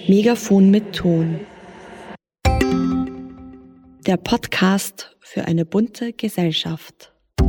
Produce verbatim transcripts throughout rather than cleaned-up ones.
Megafon mit Ton. Der Podcast für eine bunte Gesellschaft.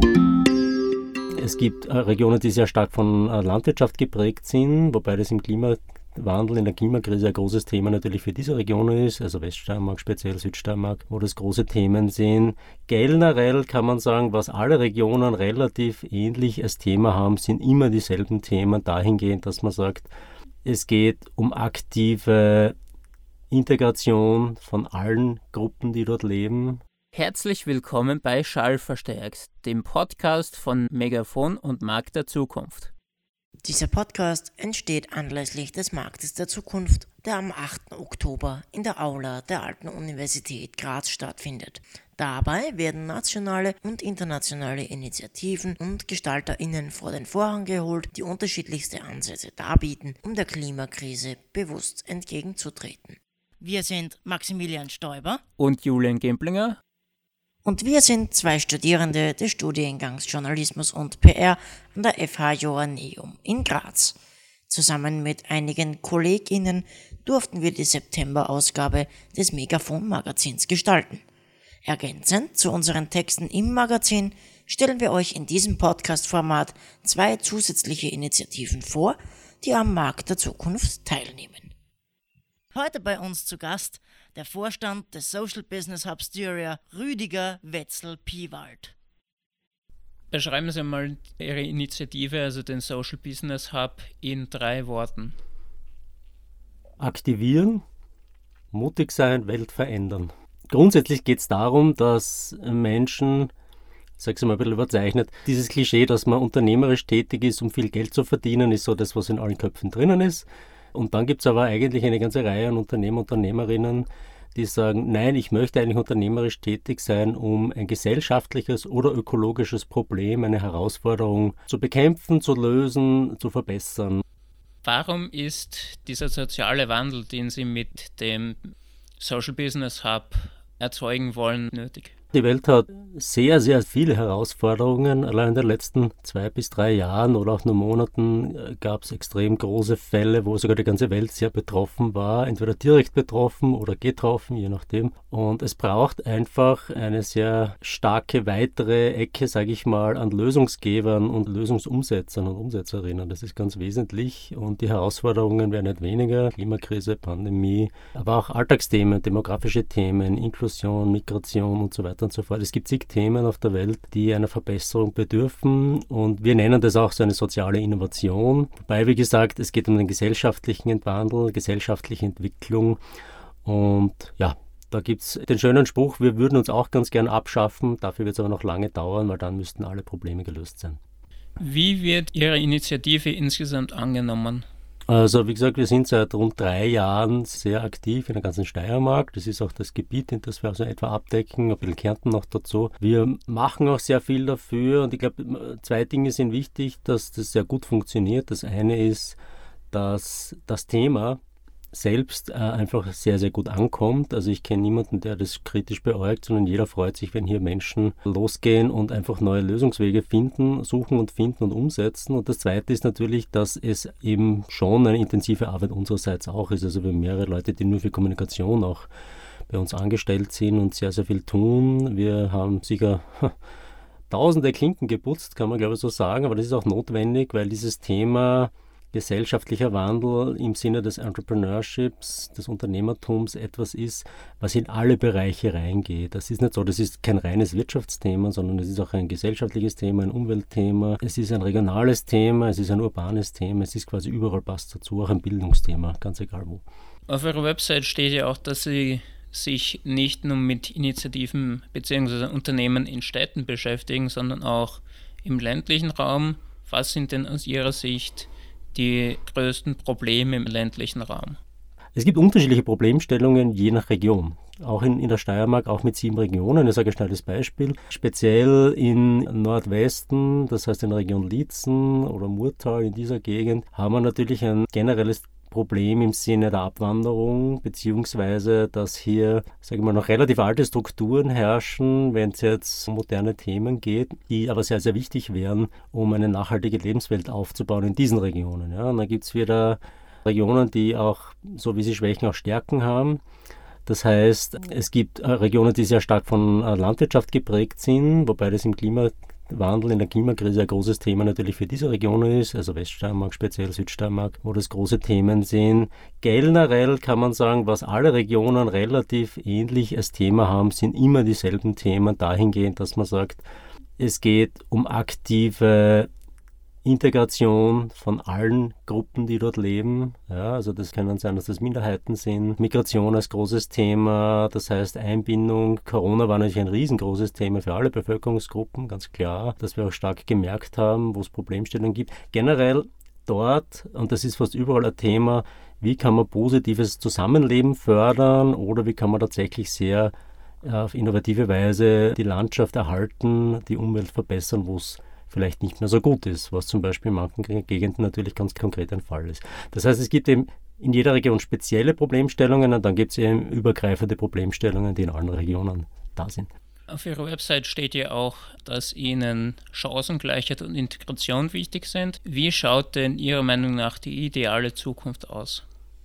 Es gibt Regionen, die sehr stark von Landwirtschaft geprägt sind, wobei das im Klimawandel, in der Klimakrise ein großes Thema natürlich für diese Regionen ist, also Weststeiermark, speziell Südsteiermark, wo das große Themen sind. Generell kann man sagen, was alle Regionen relativ ähnlich als Thema haben, sind immer dieselben Themen dahingehend, dass man sagt, es geht um aktive Integration von allen Gruppen, die dort leben. Herzlich willkommen bei Schallverstärkt, dem Podcast von Megafon und Markt der Zukunft. Dieser Podcast entsteht anlässlich des Marktes der Zukunft, der am achten Oktober in der Aula der Alten Universität Graz stattfindet. Dabei werden nationale und internationale Initiativen und GestalterInnen vor den Vorhang geholt, die unterschiedlichste Ansätze darbieten, um der Klimakrise bewusst entgegenzutreten. Wir sind Maximilian Stoiber und Julian Gemplinger. Und wir sind zwei Studierende des Studiengangs Journalismus und P R an der F H Joanneum in Graz. Zusammen mit einigen KollegInnen durften wir die September-Ausgabe des Megafon-Magazins gestalten. Ergänzend zu unseren Texten im Magazin stellen wir euch in diesem Podcast-Format zwei zusätzliche Initiativen vor, die am Markt der Zukunft teilnehmen. Heute bei uns zu Gast der Vorstand des Social Business Hub Styria, Rüdiger Wetzel-Piewald. Beschreiben Sie mal Ihre Initiative, also den Social Business Hub, in drei Worten. Aktivieren, mutig sein, Welt verändern. Grundsätzlich geht es darum, dass Menschen, ich sage es mal ein bisschen überzeichnet, dieses Klischee, dass man unternehmerisch tätig ist, um viel Geld zu verdienen, ist so das, was in allen Köpfen drinnen ist. Und dann gibt es aber eigentlich eine ganze Reihe an Unternehmer, Unternehmerinnen, die sagen, nein, ich möchte eigentlich unternehmerisch tätig sein, um ein gesellschaftliches oder ökologisches Problem, eine Herausforderung zu bekämpfen, zu lösen, zu verbessern. Warum ist dieser soziale Wandel, den Sie mit dem Social Business Hub erzeugen wollen, nötig? Die Welt hat sehr, sehr viele Herausforderungen. Allein in den letzten zwei bis drei Jahren oder auch nur Monaten gab es extrem große Fälle, wo sogar die ganze Welt sehr betroffen war, entweder direkt betroffen oder getroffen, je nachdem. Und es braucht einfach eine sehr starke weitere Ecke, sage ich mal, an Lösungsgebern und Lösungsumsetzern und Umsetzerinnen. Das ist ganz wesentlich und die Herausforderungen werden nicht weniger. Klimakrise, Pandemie, aber auch Alltagsthemen, demografische Themen, Inklusion, Migration und so weiter und so fort. Es gibt zig Themen auf der Welt, die einer Verbesserung bedürfen und wir nennen das auch so eine soziale Innovation. Wobei, wie gesagt, es geht um den gesellschaftlichen Wandel, gesellschaftliche Entwicklung und ja, da gibt es den schönen Spruch, wir würden uns auch ganz gern abschaffen, dafür wird es aber noch lange dauern, weil dann müssten alle Probleme gelöst sein. Wie wird Ihre Initiative insgesamt angenommen? Also wie gesagt, wir sind seit rund drei Jahren sehr aktiv in der ganzen Steiermark. Das ist auch das Gebiet, in das wir also etwa abdecken, ein bisschen Kärnten noch dazu. Wir machen auch sehr viel dafür und ich glaube, zwei Dinge sind wichtig, dass das sehr gut funktioniert. Das eine ist, dass das Thema selbst äh, einfach sehr, sehr gut ankommt. Also ich kenne niemanden, der das kritisch beäugt, sondern jeder freut sich, wenn hier Menschen losgehen und einfach neue Lösungswege finden, suchen und finden und umsetzen. Und das Zweite ist natürlich, dass es eben schon eine intensive Arbeit unsererseits auch ist. Also wir haben mehrere Leute, die nur für Kommunikation auch bei uns angestellt sind und sehr, sehr viel tun. Wir haben sicher tausende Klinken geputzt, kann man glaube ich so sagen, aber das ist auch notwendig, weil dieses Thema gesellschaftlicher Wandel im Sinne des Entrepreneurships, des Unternehmertums etwas ist, was in alle Bereiche reingeht. Das ist nicht so, das ist kein reines Wirtschaftsthema, sondern es ist auch ein gesellschaftliches Thema, ein Umweltthema, es ist ein regionales Thema, es ist ein urbanes Thema, es ist quasi überall passt dazu, auch ein Bildungsthema, ganz egal wo. Auf Ihrer Website steht ja auch, dass Sie sich nicht nur mit Initiativen bzw. Unternehmen in Städten beschäftigen, sondern auch im ländlichen Raum. Was sind denn aus Ihrer Sicht die größten Probleme im ländlichen Raum? Es gibt unterschiedliche Problemstellungen je nach Region. Auch in, in der Steiermark, auch mit sieben Regionen. Ich sage ein schnelles Beispiel. Speziell in Nordwesten, das heißt in der Region Liezen oder Murtal, in dieser Gegend, haben wir natürlich ein generelles Problem im Sinne der Abwanderung, beziehungsweise dass hier, sage ich mal, noch relativ alte Strukturen herrschen, wenn es jetzt um moderne Themen geht, die aber sehr, sehr wichtig wären, um eine nachhaltige Lebenswelt aufzubauen in diesen Regionen. Ja. Und dann gibt es wieder Regionen, die auch, so wie sie Schwächen, auch Stärken haben. Das heißt, es gibt Regionen, die sehr stark von Landwirtschaft geprägt sind, wobei das im Klimawandel, in der Klimakrise ein großes Thema natürlich für diese Regionen ist, also Weststeiermark, speziell Südsteiermark, wo das große Themen sind. Generell kann man sagen, was alle Regionen relativ ähnlich als Thema haben, sind immer dieselben Themen dahingehend, dass man sagt, es geht um aktive Integration von allen Gruppen, die dort leben. Ja, also das können sein, dass das Minderheiten sind. Migration als großes Thema, das heißt Einbindung. Corona war natürlich ein riesengroßes Thema für alle Bevölkerungsgruppen, ganz klar, dass wir auch stark gemerkt haben, wo es Problemstellungen gibt. Generell dort, und das ist fast überall ein Thema, wie kann man positives Zusammenleben fördern oder wie kann man tatsächlich sehr auf innovative Weise die Landschaft erhalten, die Umwelt verbessern, wo es vielleicht nicht mehr so gut ist, was zum Beispiel in manchen Gegenden natürlich ganz konkret ein Fall ist. Das heißt, es gibt eben in jeder Region spezielle Problemstellungen und dann gibt es eben übergreifende Problemstellungen, die in allen Regionen da sind. Auf Ihrer Website steht ja auch, dass Ihnen Chancengleichheit und Integration wichtig sind. Wie schaut denn Ihrer Meinung nach die ideale Zukunft aus?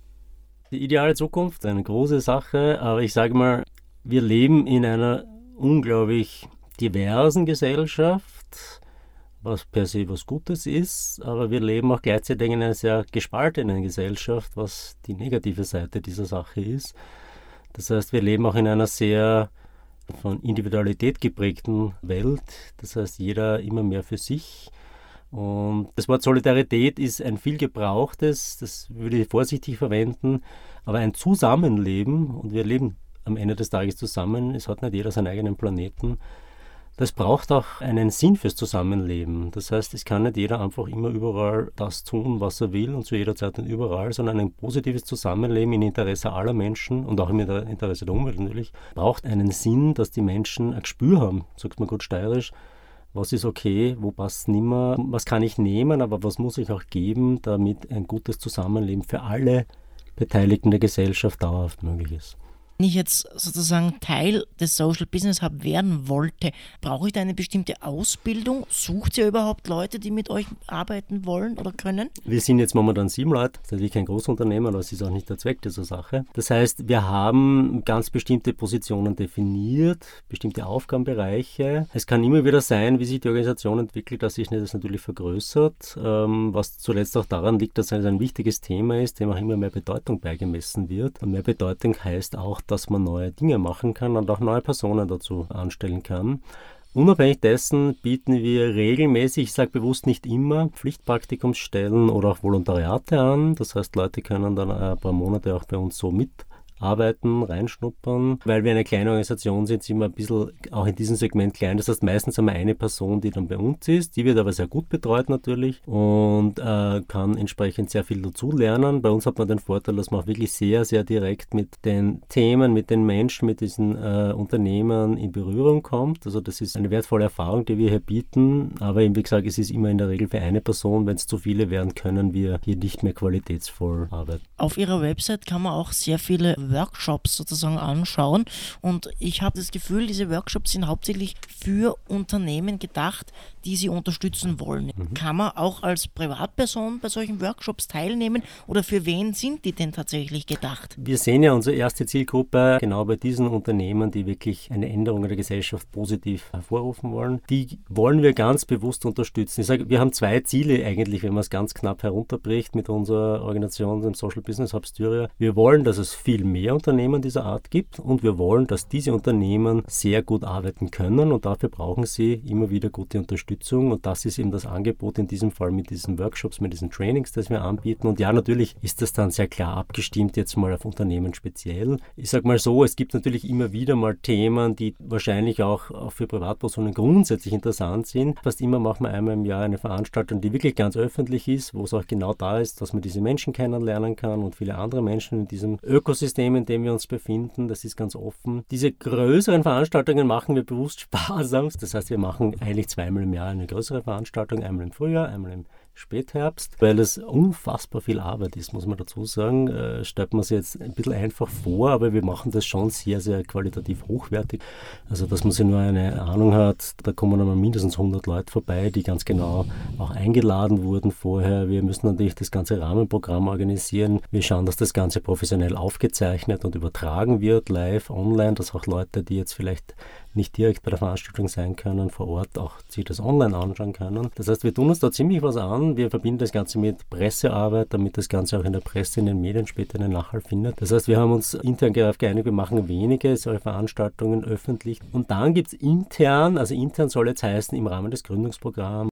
Die ideale Zukunft, eine große Sache, aber ich sage mal, wir leben in einer unglaublich diversen Gesellschaft, was per se was Gutes ist, aber wir leben auch gleichzeitig in einer sehr gespaltenen Gesellschaft, was die negative Seite dieser Sache ist. Das heißt, wir leben auch in einer sehr von Individualität geprägten Welt, das heißt, jeder immer mehr für sich. Und das Wort Solidarität ist ein viel gebrauchtes, das würde ich vorsichtig verwenden, aber ein Zusammenleben, und wir leben am Ende des Tages zusammen, es hat nicht jeder seinen eigenen Planeten. Das braucht auch einen Sinn fürs Zusammenleben. Das heißt, es kann nicht jeder einfach immer überall das tun, was er will und zu jeder Zeit und überall, sondern ein positives Zusammenleben im Interesse aller Menschen und auch im Interesse der Umwelt natürlich, braucht einen Sinn, dass die Menschen ein Gespür haben, sagt man gut steirisch, was ist okay, wo passt es nicht mehr, was kann ich nehmen, aber was muss ich auch geben, damit ein gutes Zusammenleben für alle Beteiligten der Gesellschaft dauerhaft möglich ist. Wenn ich jetzt sozusagen Teil des Social Business Hub werden wollte, brauche ich da eine bestimmte Ausbildung? Sucht ihr überhaupt Leute, die mit euch arbeiten wollen oder können? Wir sind jetzt momentan sieben Leute. Das ist natürlich kein Großunternehmen, aber es ist auch nicht der Zweck dieser Sache. Das heißt, wir haben ganz bestimmte Positionen definiert, bestimmte Aufgabenbereiche. Es kann immer wieder sein, wie sich die Organisation entwickelt, dass sich das natürlich vergrößert, was zuletzt auch daran liegt, dass es ein wichtiges Thema ist, dem auch immer mehr Bedeutung beigemessen wird. Und mehr Bedeutung heißt auch, dass man neue Dinge machen kann und auch neue Personen dazu anstellen kann. Unabhängig dessen bieten wir regelmäßig, ich sage bewusst nicht immer, Pflichtpraktikumsstellen oder auch Volontariate an. Das heißt, Leute können dann ein paar Monate auch bei uns so mitarbeiten, reinschnuppern. Weil wir eine kleine Organisation sind, sind wir ein bisschen auch in diesem Segment klein. Das heißt, meistens haben wir eine Person, die dann bei uns ist. Die wird aber sehr gut betreut natürlich und äh, kann entsprechend sehr viel dazu lernen. Bei uns hat man den Vorteil, dass man auch wirklich sehr, sehr direkt mit den Themen, mit den Menschen, mit diesen äh, Unternehmen in Berührung kommt. Also das ist eine wertvolle Erfahrung, die wir hier bieten. Aber eben, wie gesagt, es ist immer in der Regel für eine Person. Wenn es zu viele werden, können wir hier nicht mehr qualitätsvoll arbeiten. Auf Ihrer Website kann man auch sehr viele Workshops sozusagen anschauen und ich habe das Gefühl, diese Workshops sind hauptsächlich für Unternehmen gedacht, die sie unterstützen wollen. Mhm. Kann man auch als Privatperson bei solchen Workshops teilnehmen oder für wen sind die denn tatsächlich gedacht? Wir sehen ja unsere erste Zielgruppe genau bei diesen Unternehmen, die wirklich eine Änderung in der Gesellschaft positiv hervorrufen wollen. Die wollen wir ganz bewusst unterstützen. Ich sage, wir haben zwei Ziele eigentlich, wenn man es ganz knapp herunterbricht mit unserer Organisation, dem Social Business Hub Styria. Wir wollen, dass es viel mehr Unternehmen dieser Art gibt und wir wollen, dass diese Unternehmen sehr gut arbeiten können und dafür brauchen sie immer wieder gute Unterstützung und das ist eben das Angebot in diesem Fall mit diesen Workshops, mit diesen Trainings, das wir anbieten und ja, natürlich ist das dann sehr klar abgestimmt jetzt mal auf Unternehmen speziell. Ich sage mal so, es gibt natürlich immer wieder mal Themen, die wahrscheinlich auch, auch für Privatpersonen grundsätzlich interessant sind. Fast immer machen wir einmal im Jahr eine Veranstaltung, die wirklich ganz öffentlich ist, wo es auch genau da ist, dass man diese Menschen kennenlernen kann und viele andere Menschen in diesem Ökosystem, in dem wir uns befinden, das ist ganz offen. Diese größeren Veranstaltungen machen wir bewusst sparsam. Das heißt, wir machen eigentlich zweimal im Jahr eine größere Veranstaltung, einmal im Frühjahr, einmal im Spätherbst, weil es unfassbar viel Arbeit ist, muss man dazu sagen. Äh, stellt man sich jetzt ein bisschen einfach vor, aber wir machen das schon sehr, sehr qualitativ hochwertig. Also, dass man sich nur eine Ahnung hat, da kommen einmal mindestens hundert Leute vorbei, die ganz genau auch eingeladen wurden vorher. Wir müssen natürlich das ganze Rahmenprogramm organisieren. Wir schauen, dass das Ganze professionell aufgezeichnet und übertragen wird, live, online, dass auch Leute, die jetzt vielleicht nicht direkt bei der Veranstaltung sein können, vor Ort auch sich das online anschauen können. Das heißt, wir tun uns da ziemlich was an. Wir verbinden das Ganze mit Pressearbeit, damit das Ganze auch in der Presse, in den Medien später einen Nachhall findet. Das heißt, wir haben uns intern darauf geeinigt, wir machen wenige solche Veranstaltungen öffentlich. Und dann gibt es intern, also intern soll jetzt heißen, im Rahmen des Gründungsprogramms,